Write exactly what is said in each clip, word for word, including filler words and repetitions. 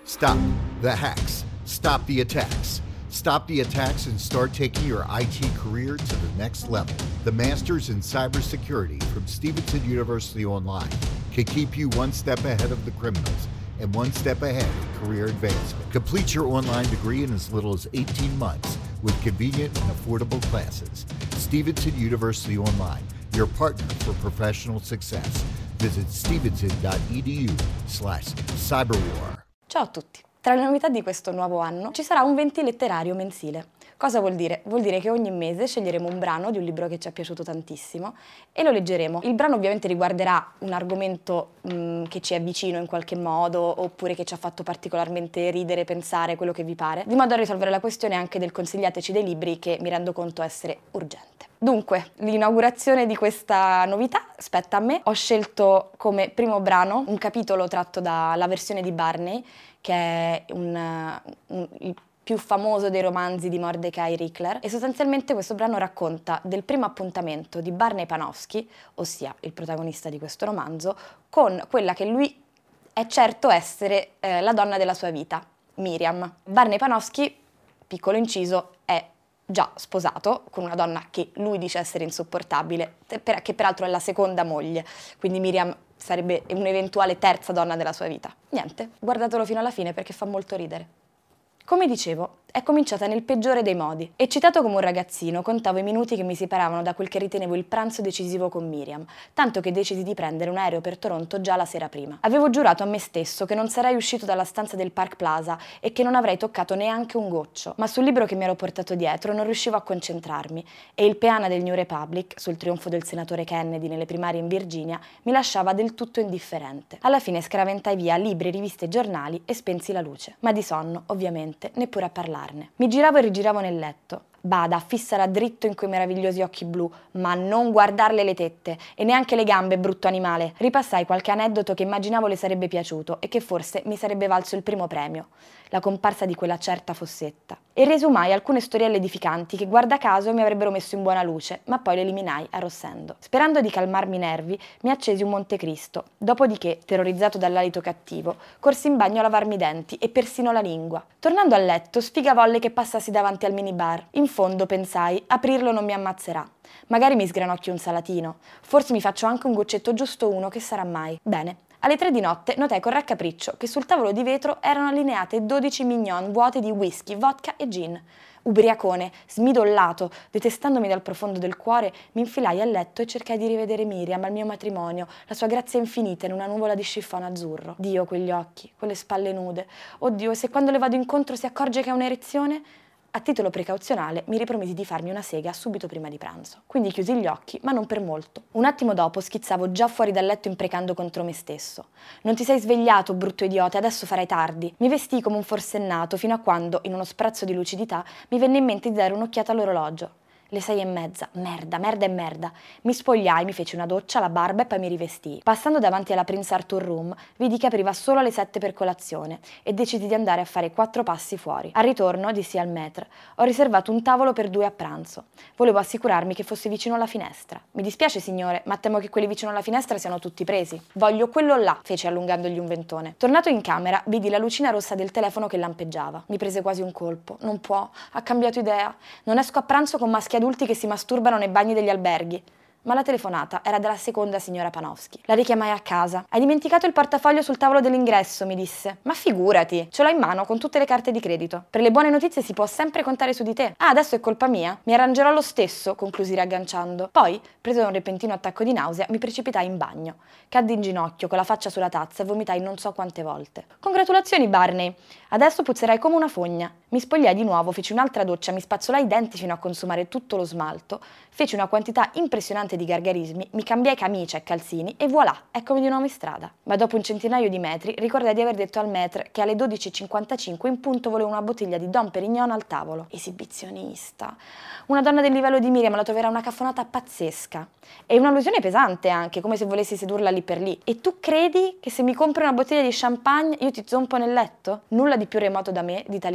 Stop the hacks. Stop the attacks. Stop the attacks and start taking your I T career to the next level. The Masters in Cybersecurity from Stevenson University Online can keep you one step ahead of the criminals and one step ahead in career advancement. Complete your online degree in as little as eighteen months with convenient and affordable classes. Stevenson University Online, your partner for professional success. Visit stevenson.edu slash cyberwar. Ciao a tutti! Tra le novità di questo nuovo anno ci sarà un venti letterario mensile. Cosa vuol dire? Vuol dire che ogni mese sceglieremo un brano di un libro che ci è piaciuto tantissimo e lo leggeremo. Il brano ovviamente riguarderà un argomento mh, che ci è vicino in qualche modo oppure che ci ha fatto particolarmente ridere, pensare, quello che vi pare, di modo da risolvere la questione anche del consigliateci dei libri che mi rendo conto essere urgente. Dunque, l'inaugurazione di questa novità spetta a me. Ho scelto come primo brano un capitolo tratto dalla versione di Barney, che è un, un, il più famoso dei romanzi di Mordecai Richler, e sostanzialmente questo brano racconta del primo appuntamento di Barney Panofsky, ossia il protagonista di questo romanzo, con quella che lui è certo essere eh, la donna della sua vita, Miriam. Barney Panofsky, piccolo inciso, è già sposato con una donna che lui dice essere insopportabile, che peraltro è la seconda moglie, quindi Miriam sarebbe un'eventuale terza donna della sua vita. Niente, guardatelo fino alla fine perché fa molto ridere. Come dicevo, è cominciata nel peggiore dei modi. Eccitato come un ragazzino, contavo i minuti che mi separavano da quel che ritenevo il pranzo decisivo con Miriam, tanto che decisi di prendere un aereo per Toronto già la sera prima. Avevo giurato a me stesso che non sarei uscito dalla stanza del Park Plaza e che non avrei toccato neanche un goccio, ma sul libro che mi ero portato dietro non riuscivo a concentrarmi e il peana del New Republic, sul trionfo del senatore Kennedy nelle primarie in Virginia, mi lasciava del tutto indifferente. Alla fine scaraventai via libri, riviste e giornali e spensi la luce, ma di sonno, ovviamente, neppure a parlare. Mi giravo e rigiravo nel letto. Bada, fissala dritto in quei meravigliosi occhi blu, ma non guardarle le tette e neanche le gambe, brutto animale. Ripassai qualche aneddoto che immaginavo le sarebbe piaciuto e che forse mi sarebbe valso il primo premio, la comparsa di quella certa Fossetta. E riesumai alcune storielle edificanti che guarda caso mi avrebbero messo in buona luce, ma poi le eliminai arrossendo. Sperando di calmarmi i nervi, mi accesi un Montecristo, dopodiché, terrorizzato dall'alito cattivo, corsi in bagno a lavarmi i denti e persino la lingua. Tornando a letto, sfiga volle che passassi davanti al minibar. In fondo, pensai, aprirlo non mi ammazzerà. Magari mi sgranocchio un salatino. Forse mi faccio anche un goccetto giusto uno, che sarà mai. Bene. Alle tre di notte notai con raccapriccio che sul tavolo di vetro erano allineate dodici mignon vuote di whisky, vodka e gin. Ubriacone, smidollato, detestandomi dal profondo del cuore, mi infilai a letto e cercai di rivedere Miriam al mio matrimonio, la sua grazia infinita in una nuvola di chiffon azzurro. Dio, quegli occhi, quelle spalle nude. Oddio, e se quando le vado incontro si accorge che è un'erezione? A titolo precauzionale mi ripromisi di farmi una sega subito prima di pranzo. Quindi chiusi gli occhi, ma non per molto. Un attimo dopo schizzavo già fuori dal letto imprecando contro me stesso. Non ti sei svegliato, brutto idiota, adesso farai tardi. Mi vestii come un forsennato fino a quando, in uno sprazzo di lucidità, mi venne in mente di dare un'occhiata all'orologio. Le sei e mezza. Merda, merda e merda. Mi spogliai, mi feci una doccia, la barba e poi mi rivestii. Passando davanti alla Prince Arthur Room, vidi che apriva solo alle sette per colazione e decisi di andare a fare quattro passi fuori. Al ritorno dissi al maître: ho riservato un tavolo per due a pranzo. Volevo assicurarmi che fosse vicino alla finestra. Mi dispiace, signore, ma temo che quelli vicino alla finestra siano tutti presi. Voglio quello là, fece allungandogli un ventone. Tornato in camera, vidi la lucina rossa del telefono che lampeggiava. Mi prese quasi un colpo. Non può, ha cambiato idea. Non esco a pranzo con maschi adulti che si masturbano nei bagni degli alberghi. Ma la telefonata era della seconda signora Panofsky. La richiamai a casa. Hai dimenticato il portafoglio sul tavolo dell'ingresso, mi disse. Ma figurati, ce l'ho in mano con tutte le carte di credito. Per le buone notizie si può sempre contare su di te. Ah, adesso è colpa mia? Mi arrangerò lo stesso, conclusi riagganciando. Poi, preso da un repentino attacco di nausea, mi precipitai in bagno. Caddi in ginocchio, con la faccia sulla tazza e vomitai non so quante volte. Congratulazioni, Barney! Adesso puzzerai come una fogna. Mi spogliai di nuovo, feci un'altra doccia, mi spazzolai i denti fino a consumare tutto lo smalto, feci una quantità impressionante di gargarismi, mi cambiai camicia e calzini e voilà, eccomi di nuovo in strada. Ma dopo un centinaio di metri ricordai di aver detto al maître che alle dodici e cinquantacinque in punto volevo una bottiglia di Dom Pérignon al tavolo. Esibizionista. Una donna del livello di Miriam la troverà una caffonata pazzesca. E un'allusione pesante anche, come se volessi sedurla lì per lì. E tu credi che se mi compri una bottiglia di champagne io ti zompo nel letto? Nulla di più remoto da me di tali pensieri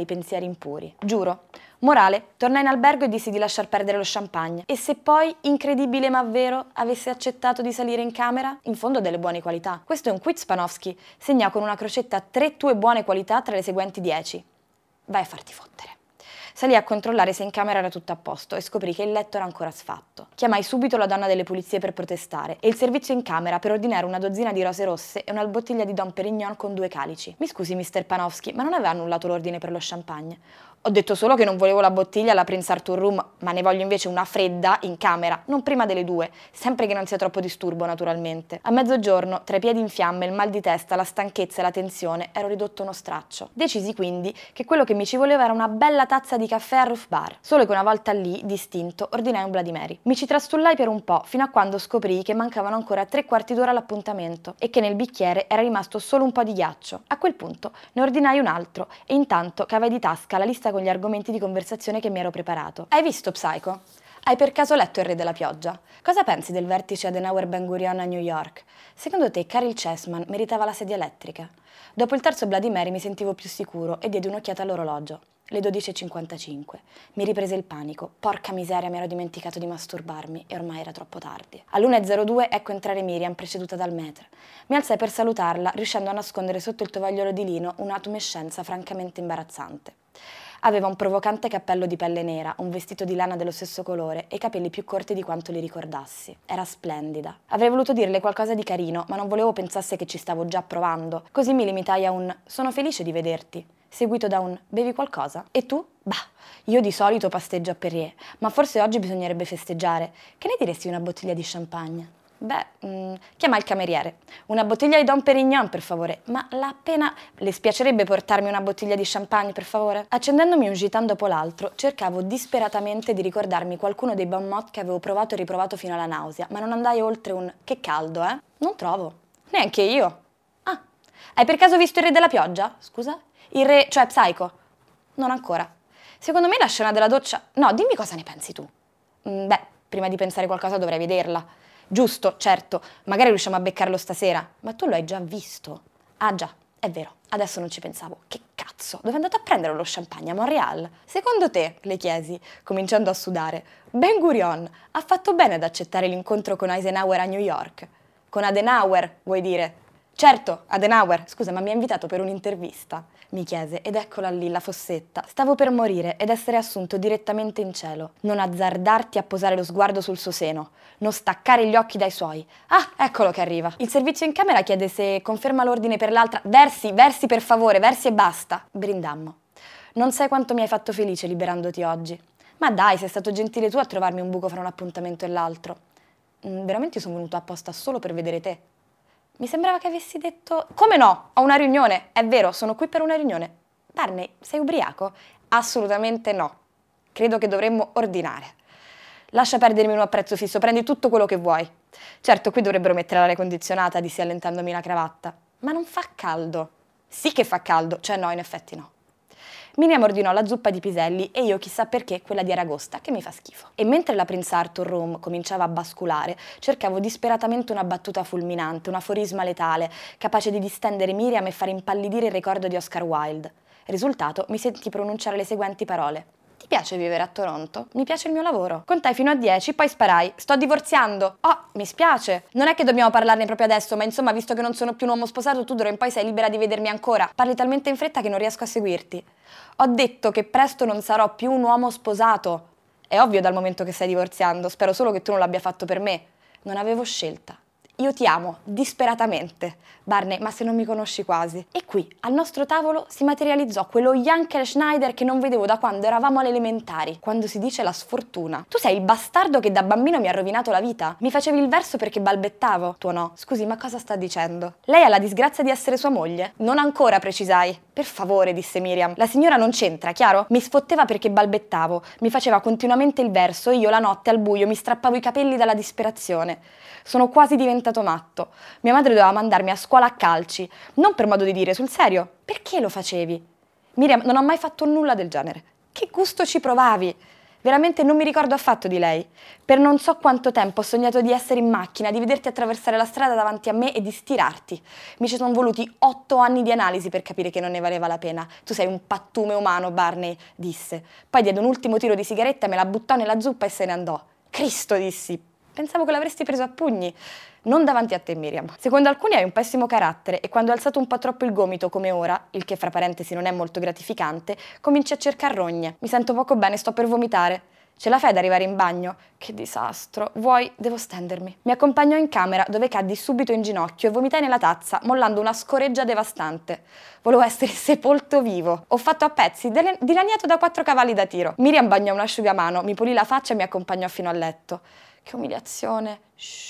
batteri impuri. Giuro. Morale, tornai in albergo e dissi di lasciar perdere lo champagne. E se poi, incredibile ma vero, avesse accettato di salire in camera? In fondo delle buone qualità. Questo è un quiz Panofsky. Segnò con una crocetta tre tue buone qualità tra le seguenti dieci. Vai a farti fottere. Salì a controllare se in camera era tutto a posto e scoprì che il letto era ancora sfatto. Chiamai subito la donna delle pulizie per protestare e il servizio in camera per ordinare una dozzina di rose rosse e una bottiglia di Dom Pérignon con due calici. Mi scusi, mister Panofsky, ma non aveva annullato l'ordine per lo champagne? Ho detto solo che non volevo la bottiglia alla Prince Arthur Room, ma ne voglio invece una fredda in camera, non prima delle due, sempre che non sia troppo disturbo, naturalmente. A mezzogiorno, tra i piedi in fiamme, il mal di testa, la stanchezza e la tensione, ero ridotto uno straccio. Decisi quindi che quello che mi ci voleva era una bella tazza di caffè a Roof Bar, solo che una volta lì, distinto, ordinai un Bloody Mary. Mi ci trastullai per un po', fino a quando scoprii che mancavano ancora tre quarti d'ora all'appuntamento e che nel bicchiere era rimasto solo un po' di ghiaccio. A quel punto ne ordinai un altro e intanto cavai di tasca la lista con gli argomenti di conversazione che mi ero preparato. Hai visto Psycho? Hai per caso letto Il Re della Pioggia? Cosa pensi del vertice Adenauer-Ben Gurion a New York? Secondo te Caryl Chessman meritava la sedia elettrica? Dopo il terzo Bloody Mary mi sentivo più sicuro e diedi un'occhiata all'orologio. Le dodici e cinquantacinque. Mi riprese il panico. Porca miseria, mi ero dimenticato di masturbarmi e ormai era troppo tardi. All'una e zero due ecco entrare Miriam, preceduta dal maître. Mi alzai per salutarla, riuscendo a nascondere sotto il tovagliolo di lino un'atumescenza francamente imbarazzante. Aveva un provocante cappello di pelle nera, un vestito di lana dello stesso colore e i capelli più corti di quanto li ricordassi. Era splendida. Avrei voluto dirle qualcosa di carino, ma non volevo pensasse che ci stavo già provando. Così mi limitai a un «sono felice di vederti», seguito da un «bevi qualcosa?» «E tu?» «Bah, io di solito pasteggio a Perrier, ma forse oggi bisognerebbe festeggiare. Che ne diresti di una bottiglia di champagne?» Beh, mh, chiama il cameriere. Una bottiglia di Dom Pérignon, per favore. Ma l'ha appena... Le spiacerebbe portarmi una bottiglia di champagne, per favore? Accendendomi un gitan dopo l'altro, cercavo disperatamente di ricordarmi qualcuno dei bon mot che avevo provato e riprovato fino alla nausea, ma non andai oltre un «che caldo, eh?» Non trovo. Neanche io. Ah, hai per caso visto Il Re della Pioggia? Scusa? Il re, cioè Psycho? Non ancora. Secondo me la scena della doccia... No, dimmi cosa ne pensi tu. Mm, beh, prima di pensare qualcosa dovrei vederla. Giusto, certo, magari riusciamo a beccarlo stasera. Ma tu lo hai già visto? Ah già, è vero, adesso non ci pensavo. Che cazzo, dove è andato a prendere lo champagne? A Montreal? Secondo te, le chiesi, cominciando a sudare, Ben Gurion ha fatto bene ad accettare l'incontro con Eisenhower a New York? Con Adenauer, vuoi dire? Certo, Adenauer, scusa, ma mi ha invitato per un'intervista? Mi chiese, ed eccola lì, la fossetta. Stavo per morire ed essere assunto direttamente in cielo. Non azzardarti a posare lo sguardo sul suo seno. Non staccare gli occhi dai suoi. Ah, eccolo che arriva. Il servizio in camera chiede se conferma l'ordine per l'altra. Versi, versi per favore, versi e basta. Brindammo. Non sai quanto mi hai fatto felice liberandoti oggi. Ma dai, sei stato gentile tu a trovarmi un buco fra un appuntamento e l'altro. Mm, veramente io sono venuto apposta solo per vedere te. Mi sembrava che avessi detto... Come no? Ho una riunione. È vero, sono qui per una riunione. Barney, sei ubriaco? Assolutamente no. Credo che dovremmo ordinare. Lascia perdermi uno a prezzo fisso, prendi tutto quello che vuoi. Certo, qui dovrebbero mettere l'aria condizionata, dissi allentandomi la cravatta. Ma non fa caldo. Sì che fa caldo. Cioè no, in effetti no. Miriam ordinò la zuppa di piselli e io chissà perché quella di aragosta, che mi fa schifo. E mentre la Prince Arthur Room cominciava a basculare, cercavo disperatamente una battuta fulminante, un aforisma letale, capace di distendere Miriam e far impallidire il ricordo di Oscar Wilde. Risultato, mi sentii pronunciare le seguenti parole. Ti piace vivere a Toronto? Mi piace il mio lavoro. Contai fino a dieci, poi sparai. Sto divorziando. Oh, mi spiace. Non è che dobbiamo parlarne proprio adesso, ma insomma, visto che non sono più un uomo sposato, tu d'ora in poi sei libera di vedermi ancora. Parli talmente in fretta che non riesco a seguirti. Ho detto che presto non sarò più un uomo sposato. È ovvio dal momento che stai divorziando, spero solo che tu non l'abbia fatto per me. Non avevo scelta. Io ti amo, disperatamente. Barney, ma se non mi conosci quasi. E qui, al nostro tavolo, si materializzò quello Jankel Schneider che non vedevo da quando eravamo alle elementari, quando si dice la sfortuna. Tu sei il bastardo che da bambino mi ha rovinato la vita. Mi facevi il verso perché balbettavo. Tu no. Scusi, ma cosa sta dicendo? Lei ha la disgrazia di essere sua moglie? Non ancora, precisai. Per favore, disse Miriam. La signora non c'entra, chiaro? Mi sfotteva perché balbettavo. Mi faceva continuamente il verso e io la notte al buio mi strappavo i capelli dalla disperazione. Sono quasi diventato matto. Mia madre doveva mandarmi a scuola a calci. Non per modo di dire, sul serio. Perché lo facevi? Miriam, non ho mai fatto nulla del genere. Che gusto ci provavi? Veramente non mi ricordo affatto di lei. Per non so quanto tempo ho sognato di essere in macchina, di vederti attraversare la strada davanti a me e di stirarti. Mi ci sono voluti otto anni di analisi per capire che non ne valeva la pena. Tu sei un pattume umano, Barney, disse. Poi diede un ultimo tiro di sigaretta, me la buttò nella zuppa e se ne andò. Cristo, dissi. Pensavo che l'avresti preso a pugni. Non davanti a te, Miriam. Secondo alcuni hai un pessimo carattere e quando hai alzato un po' troppo il gomito come ora, il che fra parentesi non è molto gratificante, cominci a cercar rogne. Mi sento poco bene, sto per vomitare. Ce la fai ad arrivare in bagno? Che disastro. Vuoi? Devo stendermi. Mi accompagnò in camera, dove caddi subito in ginocchio e vomitai nella tazza, mollando una scoreggia devastante. Volevo essere sepolto vivo. Ho fatto a pezzi, dilaniato da quattro cavalli da tiro. Miriam bagnò un asciugamano, mi pulì la faccia e mi accompagnò fino al letto. Che umiliazione. Shhh.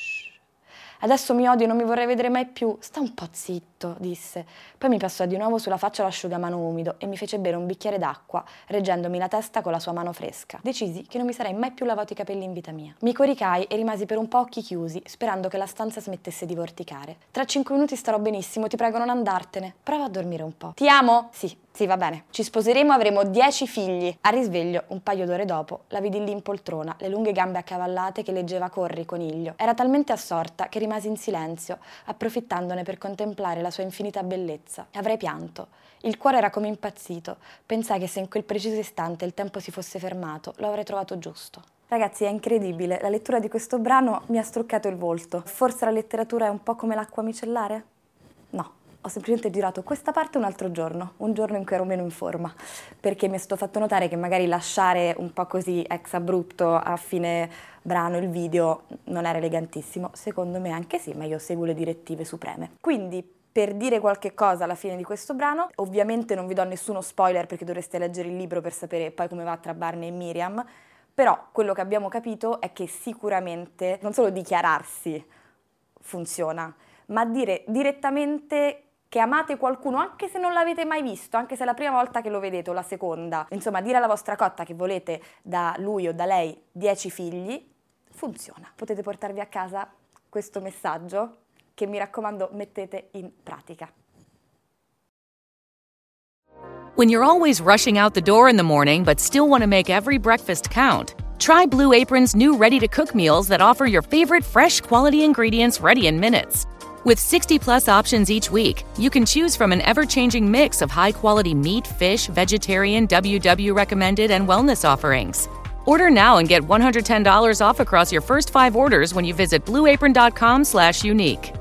Adesso mi odio e non mi vorrei vedere mai più. Sta un po' zitto, disse. Poi mi passò di nuovo sulla faccia l'asciugamano umido e mi fece bere un bicchiere d'acqua, reggendomi la testa con la sua mano fresca. Decisi che non mi sarei mai più lavato i capelli in vita mia. Mi coricai e rimasi per un po' occhi chiusi, sperando che la stanza smettesse di vorticare. Tra cinque minuti starò benissimo, ti prego non andartene. Prova a dormire un po'. Ti amo? Sì. Sì, va bene. Ci sposeremo e avremo dieci figli. A risveglio, un paio d'ore dopo, la vidi lì in poltrona, le lunghe gambe accavallate che leggeva Corri, coniglio. Era talmente assorta che rimasi in silenzio, approfittandone per contemplare la sua infinita bellezza. E avrei pianto. Il cuore era come impazzito. Pensai che se in quel preciso istante il tempo si fosse fermato, lo avrei trovato giusto. Ragazzi, è incredibile. La lettura di questo brano mi ha struccato il volto. Forse la letteratura è un po' come l'acqua micellare? No. Ho semplicemente girato questa parte un altro giorno, un giorno in cui ero meno in forma, perché mi è stato fatto notare che magari lasciare un po' così ex abrupto a fine brano il video non era elegantissimo. Secondo me anche sì, ma io seguo le direttive supreme. Quindi, per dire qualche cosa alla fine di questo brano, ovviamente non vi do nessuno spoiler perché dovreste leggere il libro per sapere poi come va tra Barney e Miriam, però quello che abbiamo capito è che sicuramente non solo dichiararsi funziona, ma dire direttamente che amate qualcuno anche se non l'avete mai visto, anche se è la prima volta che lo vedete o la seconda. Insomma, dire alla vostra cotta che volete da lui o da lei dieci figli, funziona. Potete portarvi a casa questo messaggio che mi raccomando mettete in pratica. When you're always rushing out the door in the morning but still want to make every breakfast count, try Blue Apron's new ready-to-cook meals that offer your favorite fresh quality ingredients ready in minutes. With sixty plus options each week, you can choose from an ever-changing mix of high-quality meat, fish, vegetarian, W W recommended, and wellness offerings. Order now and get one hundred ten dollars off across your first five orders when you visit blue apron dot com slash unique.